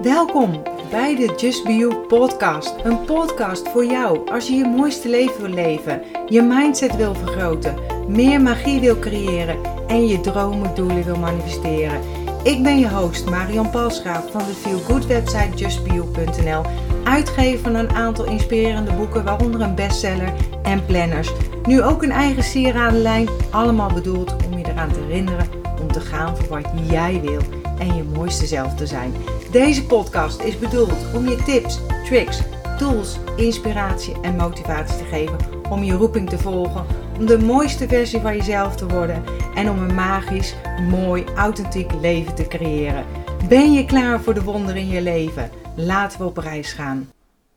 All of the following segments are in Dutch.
Welkom bij de Just Be You podcast. Een podcast voor jou als je je mooiste leven wil leven, je mindset wil vergroten, meer magie wil creëren en je dromen, doelen wil manifesteren. Ik ben je host Marion Palsgraaf van de Feel Good website justbeyou.nl, uitgever van een aantal inspirerende boeken, waaronder een bestseller en planners. Nu ook een eigen sieradenlijn, allemaal bedoeld om je eraan te herinneren om te gaan voor wat jij wil en je mooiste zelf te zijn. Deze podcast is bedoeld om je tips, tricks, tools, inspiratie en motivatie te geven om je roeping te volgen, om de mooiste versie van jezelf te worden en om een magisch, mooi, authentiek leven te creëren. Ben je klaar voor de wonderen in je leven? Laten we op reis gaan.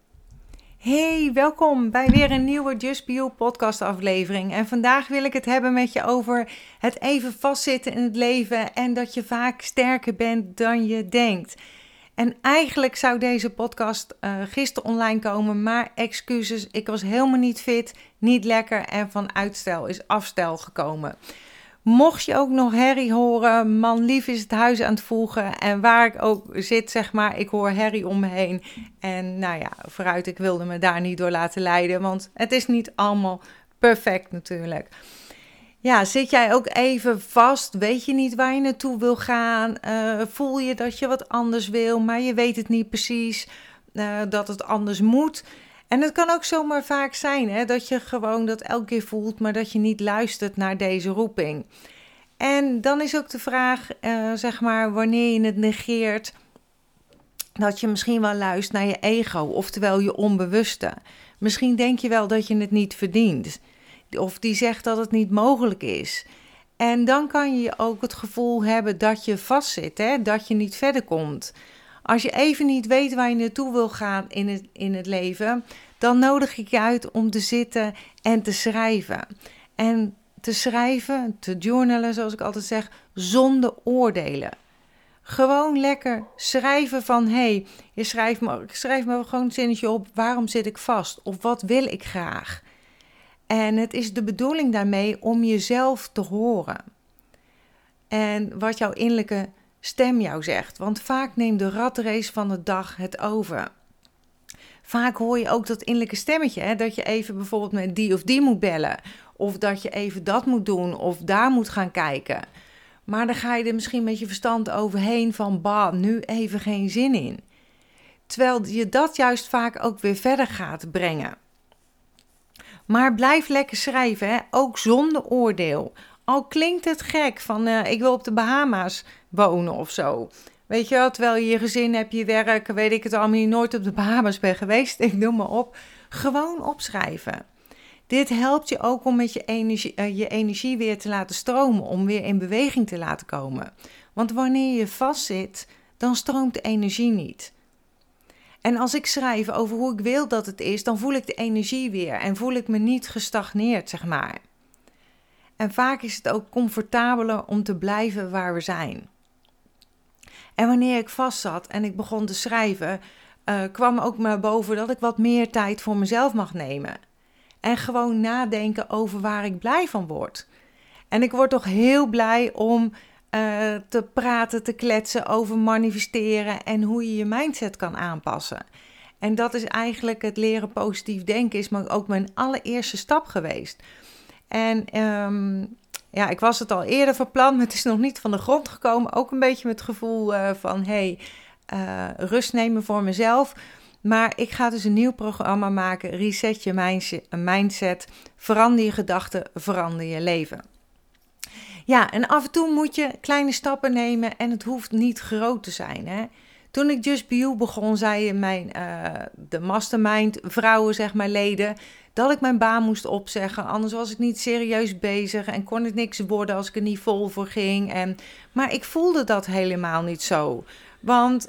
Hey, welkom bij weer een nieuwe Just Be You podcast aflevering. En vandaag wil ik het hebben met je over het even vastzitten in het leven en dat je vaak sterker bent dan je denkt. En eigenlijk zou deze podcast gisteren online komen, maar excuses, ik was helemaal niet fit, niet lekker en van uitstel is afstel gekomen. Mocht je ook nog herrie horen, man lief is het huis aan het voegen en waar ik ook zit, zeg maar, ik hoor herrie om me heen. En nou ja, vooruit, ik wilde me daar niet door laten leiden, want het is niet allemaal perfect natuurlijk. Ja, zit jij ook even vast? Weet je niet waar je naartoe wil gaan? Voel je dat je wat anders wil, maar je weet het niet precies dat het anders moet? En het kan ook zomaar vaak zijn hè, dat je gewoon dat elke keer voelt, maar dat je niet luistert naar deze roeping. En dan is ook de vraag, zeg maar, wanneer je het negeert, dat je misschien wel luistert naar je ego, oftewel je onbewuste. Misschien denk je wel dat je het niet verdient. Of die zegt dat het niet mogelijk is. En dan kan je ook het gevoel hebben dat je vastzit, hè? Dat je niet verder komt. Als je even niet weet waar je naartoe wil gaan in het leven, dan nodig ik je uit om te zitten en te schrijven. En te schrijven, te journalen zoals ik altijd zeg, zonder oordelen. Gewoon lekker schrijven van, ik schrijf me gewoon een zinnetje op, waarom zit ik vast? Of wat wil ik graag? En het is de bedoeling daarmee om jezelf te horen. En wat jouw innerlijke stem jou zegt. Want vaak neemt de ratrace van de dag het over. Vaak hoor je ook dat innerlijke stemmetje. Hè, dat je even bijvoorbeeld met die of die moet bellen. Of dat je even dat moet doen. Of daar moet gaan kijken. Maar dan ga je er misschien met je verstand overheen van, nu even geen zin in. Terwijl je dat juist vaak ook weer verder gaat brengen. Maar blijf lekker schrijven, hè? Ook zonder oordeel. Al klinkt het gek van ik wil op de Bahama's wonen of zo. Weet je wel, terwijl je je gezin hebt, je werk, weet ik het allemaal, je nooit op de Bahama's bent geweest. Ik noem maar op. Gewoon opschrijven. Dit helpt je ook om met je energie weer te laten stromen, om weer in beweging te laten komen. Want wanneer je vastzit, dan stroomt de energie niet. En als ik schrijf over hoe ik wil dat het is, dan voel ik de energie weer en voel ik me niet gestagneerd, zeg maar. En vaak is het ook comfortabeler om te blijven waar we zijn. En wanneer ik vast zat en ik begon te schrijven, kwam ook naar boven dat ik wat meer tijd voor mezelf mag nemen. En gewoon nadenken over waar ik blij van word. En ik word toch heel blij om te praten, te kletsen over manifesteren en hoe je je mindset kan aanpassen. En dat is eigenlijk het leren positief denken, is maar ook mijn allereerste stap geweest. En ik was het al eerder van plan, maar het is nog niet van de grond gekomen. Ook een beetje met het gevoel van rust nemen voor mezelf. Maar ik ga dus een nieuw programma maken, Reset je mindset, verander je gedachten, verander je leven. Ja, en af en toe moet je kleine stappen nemen en het hoeft niet groot te zijn. Hè? Toen ik Just Be You begon, zeiden de mastermind vrouwen, zeg maar, leden, dat ik mijn baan moest opzeggen. Anders was ik niet serieus bezig en kon het niks worden als ik er niet vol voor ging. Maar ik voelde dat helemaal niet zo. Want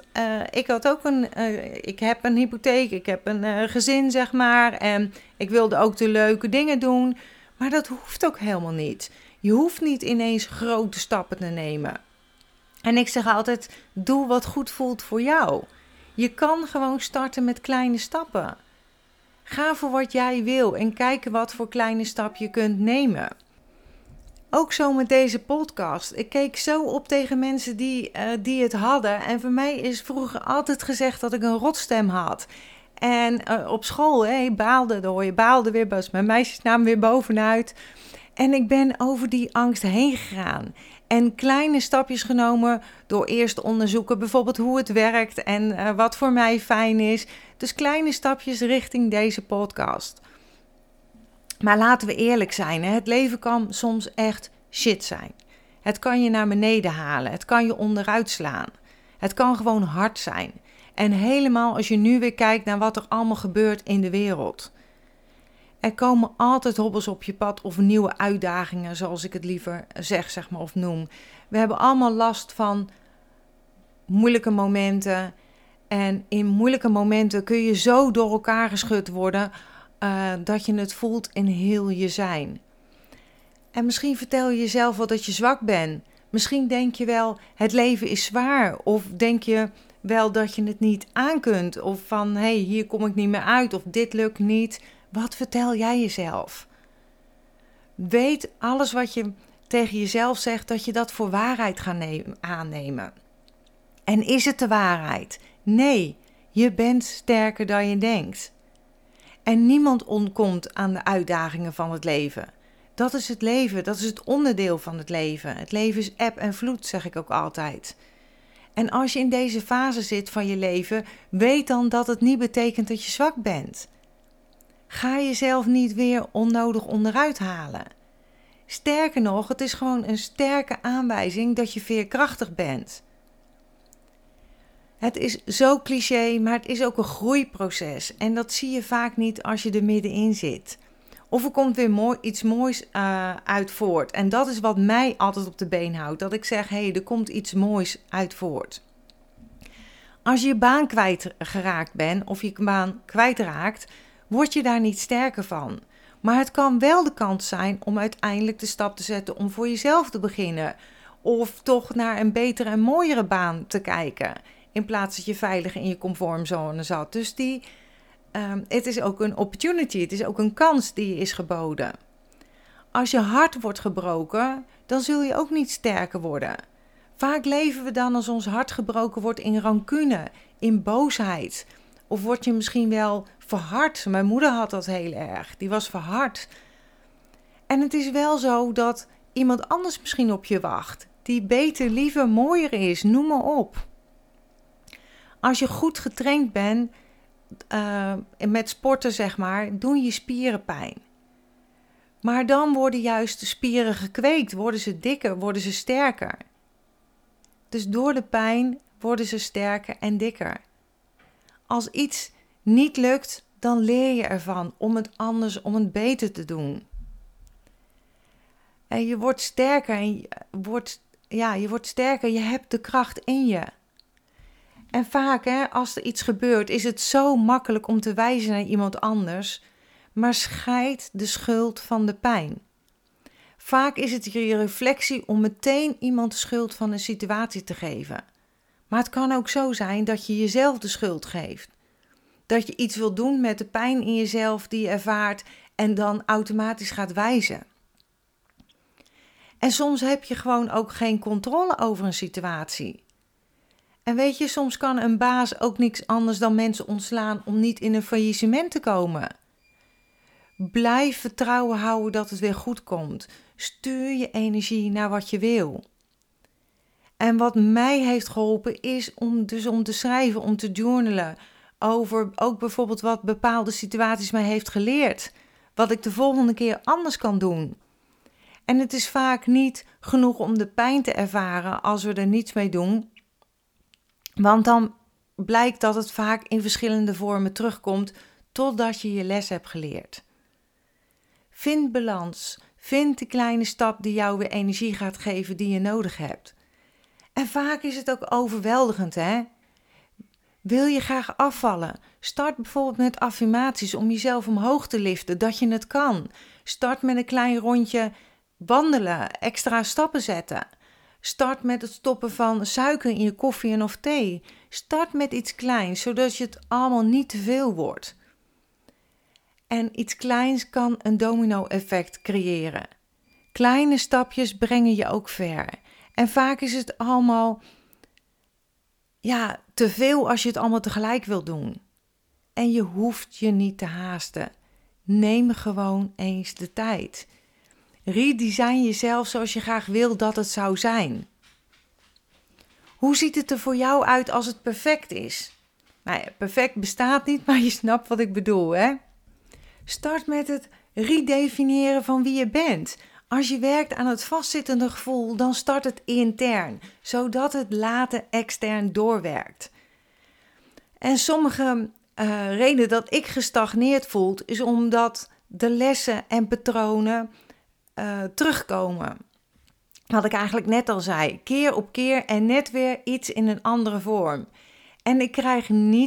ik heb een hypotheek, ik heb een gezin, zeg maar. En ik wilde ook de leuke dingen doen. Maar dat hoeft ook helemaal niet. Je hoeft niet ineens grote stappen te nemen. En ik zeg altijd, doe wat goed voelt voor jou. Je kan gewoon starten met kleine stappen. Ga voor wat jij wil en kijk wat voor kleine stap je kunt nemen. Ook zo met deze podcast. Ik keek zo op tegen mensen die het hadden. En voor mij is vroeger altijd gezegd dat ik een rotstem had. En op school, baalde weer, was mijn meisjesnaam weer bovenuit. En ik ben over die angst heen gegaan. En kleine stapjes genomen door eerst te onderzoeken bijvoorbeeld hoe het werkt en wat voor mij fijn is. Dus kleine stapjes richting deze podcast. Maar laten we eerlijk zijn, het leven kan soms echt shit zijn. Het kan je naar beneden halen, het kan je onderuit slaan. Het kan gewoon hard zijn. En helemaal als je nu weer kijkt naar wat er allemaal gebeurt in de wereld. Er komen altijd hobbels op je pad of nieuwe uitdagingen, zoals ik het liever zeg of noem. We hebben allemaal last van moeilijke momenten. En in moeilijke momenten kun je zo door elkaar geschud worden dat je het voelt in heel je zijn. En misschien vertel je jezelf wel dat je zwak bent. Misschien denk je wel, het leven is zwaar. Of denk je wel dat je het niet aan kunt. Of van, hier kom ik niet meer uit. Of dit lukt niet. Wat vertel jij jezelf? Weet alles wat je tegen jezelf zegt, dat je dat voor waarheid gaat aannemen. En is het de waarheid? Nee, je bent sterker dan je denkt. En niemand ontkomt aan de uitdagingen van het leven. Dat is het leven, dat is het onderdeel van het leven. Het leven is eb en vloed, zeg ik ook altijd. En als je in deze fase zit van je leven, weet dan dat het niet betekent dat je zwak bent. Ga jezelf niet weer onnodig onderuit halen. Sterker nog, het is gewoon een sterke aanwijzing dat je veerkrachtig bent. Het is zo cliché, maar het is ook een groeiproces. En dat zie je vaak niet als je er middenin zit. Of er komt weer iets moois uit voort. En dat is wat mij altijd op de been houdt. Dat ik zeg, er komt iets moois uit voort. Als je je baan kwijtgeraakt bent of je baan kwijtraakt, word je daar niet sterker van. Maar het kan wel de kans zijn om uiteindelijk de stap te zetten om voor jezelf te beginnen. Of toch naar een betere en mooiere baan te kijken. In plaats dat je veilig in je comfortzone zat. Dus het is ook een opportunity. Het is ook een kans die je is geboden. Als je hart wordt gebroken, dan zul je ook niet sterker worden. Vaak leven we dan als ons hart gebroken wordt in rancune, in boosheid. Of word je misschien wel verhard. Mijn moeder had dat heel erg. Die was verhard. En het is wel zo dat iemand anders misschien op je wacht. Die beter, liever, mooier is. Noem maar op. Als je goed getraind bent met sporten, zeg maar, doen je spieren pijn. Maar dan worden juist de spieren gekweekt. Worden ze dikker, worden ze sterker. Dus door de pijn worden ze sterker en dikker. Als iets niet lukt, dan leer je ervan om het anders, om het beter te doen. En je wordt sterker en je wordt sterker, je hebt de kracht in je. En vaak, als er iets gebeurt, is het zo makkelijk om te wijzen naar iemand anders, maar scheid de schuld van de pijn. Vaak is het je reflectie om meteen iemand de schuld van een situatie te geven. Maar het kan ook zo zijn dat je jezelf de schuld geeft. Dat je iets wil doen met de pijn in jezelf die je ervaart en dan automatisch gaat wijzen. En soms heb je gewoon ook geen controle over een situatie. En weet je, soms kan een baas ook niks anders dan mensen ontslaan om niet in een faillissement te komen. Blijf vertrouwen houden dat het weer goed komt. Stuur je energie naar wat je wil. En wat mij heeft geholpen is om te schrijven, om te journalen over ook bijvoorbeeld wat bepaalde situaties mij heeft geleerd. Wat ik de volgende keer anders kan doen. En het is vaak niet genoeg om de pijn te ervaren als we er niets mee doen. Want dan blijkt dat het vaak in verschillende vormen terugkomt totdat je je les hebt geleerd. Vind balans. Vind de kleine stap die jou weer energie gaat geven die je nodig hebt. En vaak is het ook overweldigend, hè? Wil je graag afvallen? Start bijvoorbeeld met affirmaties om jezelf omhoog te liften, dat je het kan. Start met een klein rondje wandelen, extra stappen zetten. Start met het stoppen van suiker in je koffie en of thee. Start met iets kleins, zodat je het allemaal niet te veel wordt. En iets kleins kan een domino-effect creëren. Kleine stapjes brengen je ook ver. En vaak is het allemaal te veel als je het allemaal tegelijk wil doen. En je hoeft je niet te haasten. Neem gewoon eens de tijd. Redesign jezelf zoals je graag wil dat het zou zijn. Hoe ziet het er voor jou uit als het perfect is? Nou ja, perfect bestaat niet, maar je snapt wat ik bedoel, hè? Start met het redefiniëren van wie je bent. Als je werkt aan het vastzittende gevoel, dan start het intern, zodat het later extern doorwerkt. En sommige reden dat ik gestagneerd voel, is omdat de lessen en patronen terugkomen. Wat ik eigenlijk net al zei, keer op keer en net weer iets in een andere vorm. En ik krijg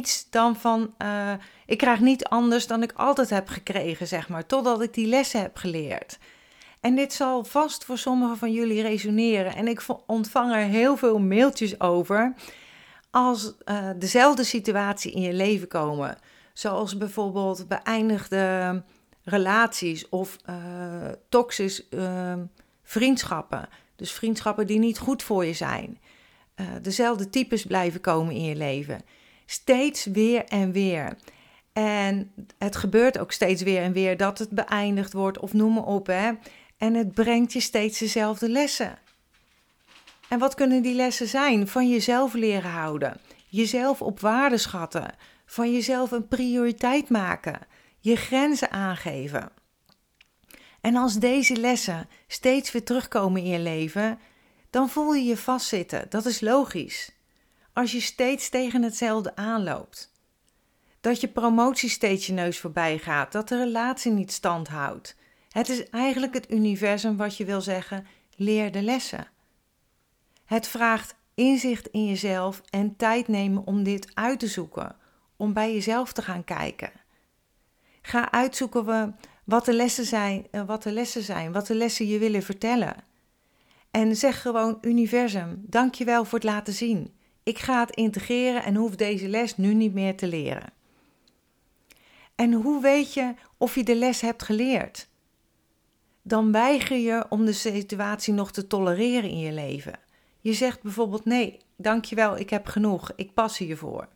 niet anders dan ik altijd heb gekregen, zeg maar, totdat ik die lessen heb geleerd. En dit zal vast voor sommigen van jullie resoneren. En ik ontvang er heel veel mailtjes over als dezelfde situatie in je leven komen. Zoals bijvoorbeeld beëindigde relaties of toxische vriendschappen. Dus vriendschappen die niet goed voor je zijn. Dezelfde types blijven komen in je leven. Steeds weer en weer. En het gebeurt ook steeds weer en weer dat het beëindigd wordt of noem maar op. Hè? En het brengt je steeds dezelfde lessen. En wat kunnen die lessen zijn? Van jezelf leren houden. Jezelf op waarde schatten. Van jezelf een prioriteit maken. Je grenzen aangeven. En als deze lessen steeds weer terugkomen in je leven, dan voel je je vastzitten. Dat is logisch. Als je steeds tegen hetzelfde aanloopt. Dat je promotie steeds je neus voorbij gaat. Dat de relatie niet stand houdt. Het is eigenlijk het universum wat je wil zeggen, leer de lessen. Het vraagt inzicht in jezelf en tijd nemen om dit uit te zoeken. Om bij jezelf te gaan kijken. Ga uitzoeken wat de lessen zijn, wat de lessen je willen vertellen. En zeg gewoon, universum, dankjewel voor het laten zien. Ik ga het integreren en hoef deze les nu niet meer te leren. En hoe weet je of je de les hebt geleerd? Dan weiger je om de situatie nog te tolereren in je leven. Je zegt bijvoorbeeld, nee, dankjewel, ik heb genoeg, ik pas hiervoor.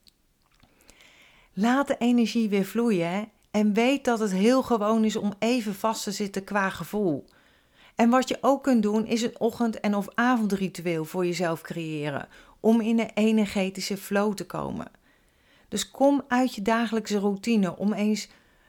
Laat de energie weer vloeien, hè? En weet dat het heel gewoon is om even vast te zitten qua gevoel. En wat je ook kunt doen is een ochtend- en of avondritueel voor jezelf creëren. Om in een energetische flow te komen. Dus kom uit je dagelijkse routine om eens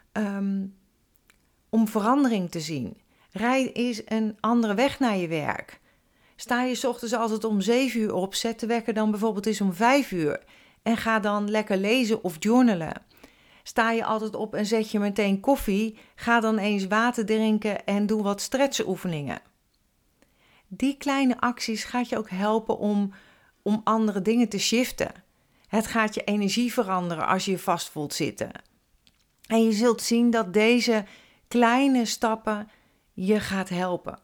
om verandering te zien. Rijd eens een andere weg naar je werk. Sta je 's ochtends altijd om 7 uur op, zet de wekker dan bijvoorbeeld eens om 5 uur. En ga dan lekker lezen of journalen. Sta je altijd op en zet je meteen koffie, ga dan eens water drinken en doe wat stretchoefeningen. Die kleine acties gaat je ook helpen om andere dingen te shiften. Het gaat je energie veranderen als je je vast voelt zitten. En je zult zien dat deze kleine stappen je gaat helpen.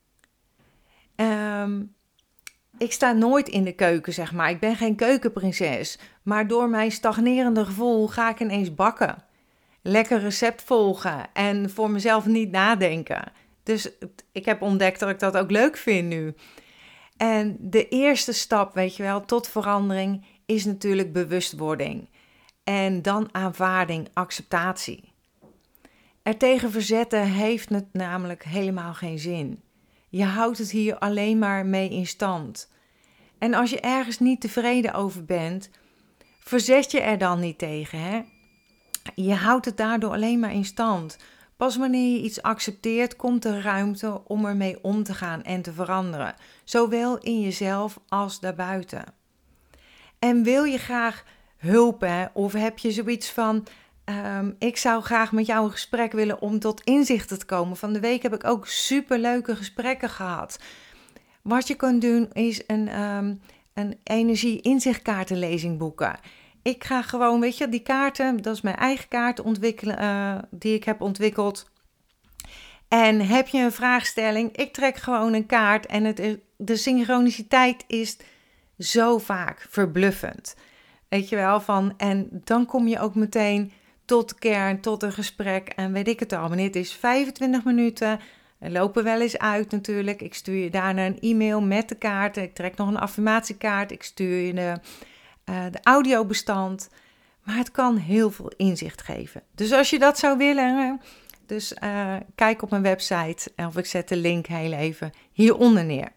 Ik sta nooit in de keuken, zeg maar. Ik ben geen keukenprinses. Maar door mijn stagnerende gevoel ga ik ineens bakken. Lekker recept volgen en voor mezelf niet nadenken. Dus ik heb ontdekt dat ik dat ook leuk vind nu. En de eerste stap, weet je wel, tot verandering is natuurlijk bewustwording. En dan aanvaarding, acceptatie. Er tegen verzetten heeft het namelijk helemaal geen zin. Je houdt het hier alleen maar mee in stand. En als je ergens niet tevreden over bent, verzet je er dan niet tegen, hè? Je houdt het daardoor alleen maar in stand. Pas wanneer je iets accepteert, komt er ruimte om ermee om te gaan en te veranderen. Zowel in jezelf als daarbuiten. En wil je graag hulp, hè? Of heb je zoiets van, ik zou graag met jou een gesprek willen om tot inzichten te komen. Van de week heb ik ook superleuke gesprekken gehad. Wat je kunt doen is een energie-inzichtkaartenlezing boeken. Ik ga gewoon, weet je, die kaarten, dat is mijn eigen kaart ontwikkelen, die ik heb ontwikkeld. En heb je een vraagstelling, ik trek gewoon een kaart en de synchroniciteit is zo vaak verbluffend. Weet je wel, en dan kom je ook meteen tot kern, tot een gesprek en weet ik het al. Wanneer het is 25 minuten, lopen wel eens uit natuurlijk. Ik stuur je daarna een e-mail met de kaarten. Ik trek nog een affirmatiekaart. Ik stuur je de audiobestand. Maar het kan heel veel inzicht geven. Dus als je dat zou willen, dus kijk op mijn website. Of ik zet de link heel even hieronder neer.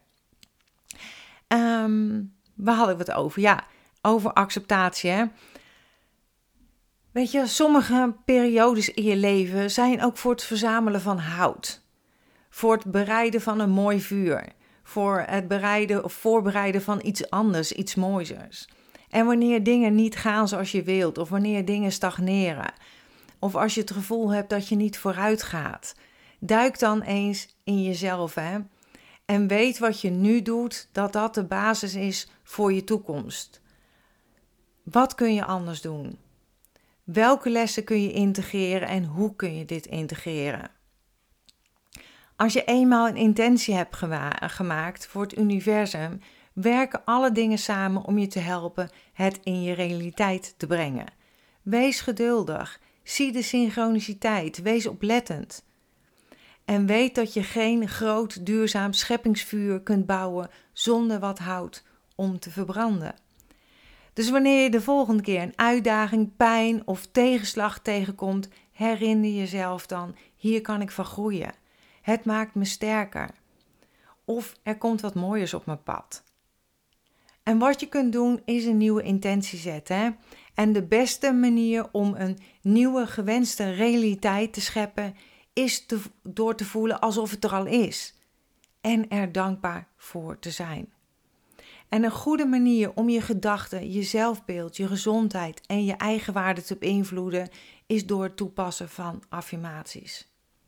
Waar hadden we het over? Ja, over acceptatie. Hè? Weet je, sommige periodes in je leven zijn ook voor het verzamelen van hout. Voor het bereiden van een mooi vuur. Voor het bereiden of voorbereiden van iets anders, iets moois. En wanneer dingen niet gaan zoals je wilt, of wanneer dingen stagneren, of als je het gevoel hebt dat je niet vooruit gaat, duik dan eens in jezelf, hè? En weet wat je nu doet, dat dat de basis is voor je toekomst. Wat kun je anders doen? Welke lessen kun je integreren en hoe kun je dit integreren? Als je eenmaal een intentie hebt gemaakt voor het universum, werken alle dingen samen om je te helpen het in je realiteit te brengen. Wees geduldig, zie de synchroniciteit, wees oplettend. En weet dat je geen groot duurzaam scheppingsvuur kunt bouwen zonder wat hout om te verbranden. Dus wanneer je de volgende keer een uitdaging, pijn of tegenslag tegenkomt, herinner jezelf dan, hier kan ik van groeien. Het maakt me sterker. Of er komt wat mooiers op mijn pad. En wat je kunt doen is een nieuwe intentie zetten. Hè? En de beste manier om een nieuwe gewenste realiteit te scheppen is door te voelen alsof het er al is. En er dankbaar voor te zijn. En een goede manier om je gedachten, je zelfbeeld, je gezondheid en je eigenwaarde te beïnvloeden is door het toepassen van affirmaties.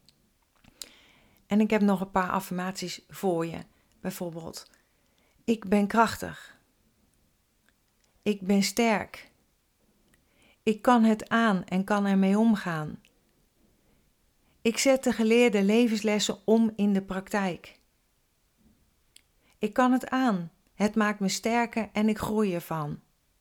En ik heb nog een paar affirmaties voor je. Bijvoorbeeld, ik ben krachtig. Ik ben sterk. Ik kan het aan en kan ermee omgaan. Ik zet de geleerde levenslessen om in de praktijk. Ik kan het aan. Het maakt me sterker en ik groei ervan.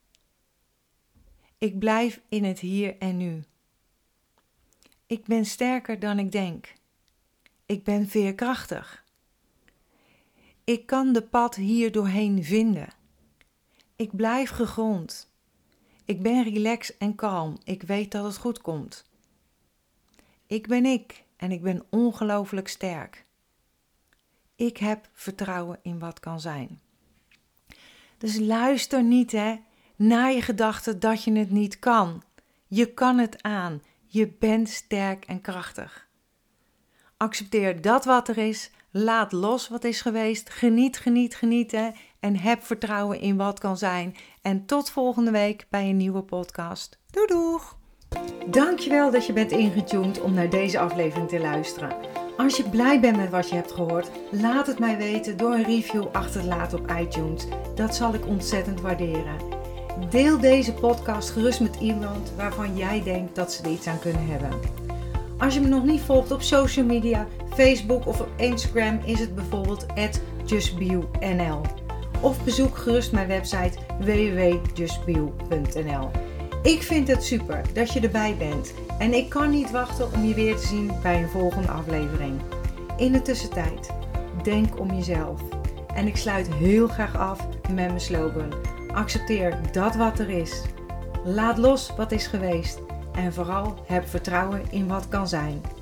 Ik blijf in het hier en nu. Ik ben sterker dan ik denk. Ik ben veerkrachtig. Ik kan de pad hier doorheen vinden. Ik blijf gegrond. Ik ben relaxed en kalm. Ik weet dat het goed komt. Ik ben ik en ik ben ongelooflijk sterk. Ik heb vertrouwen in wat kan zijn. Dus luister niet naar je gedachten dat je het niet kan. Je kan het aan. Je bent sterk en krachtig. Accepteer dat wat er is. Laat los wat is geweest. Geniet en heb vertrouwen in wat kan zijn. En tot volgende week bij een nieuwe podcast. Doei doeg! Dankjewel dat je bent ingetuned om naar deze aflevering te luisteren. Als je blij bent met wat je hebt gehoord, laat het mij weten door een review achter te laten op iTunes. Dat zal ik ontzettend waarderen. Deel deze podcast gerust met iemand waarvan jij denkt dat ze er iets aan kunnen hebben. Als je me nog niet volgt op social media, Facebook of op Instagram is het bijvoorbeeld @justbeyou.nl. Of bezoek gerust mijn website www.justbeyou.nl. Ik vind het super dat je erbij bent en ik kan niet wachten om je weer te zien bij een volgende aflevering. In de tussentijd, denk om jezelf. En ik sluit heel graag af met mijn slogan. Accepteer dat wat er is. Laat los wat is geweest. En vooral heb vertrouwen in wat kan zijn.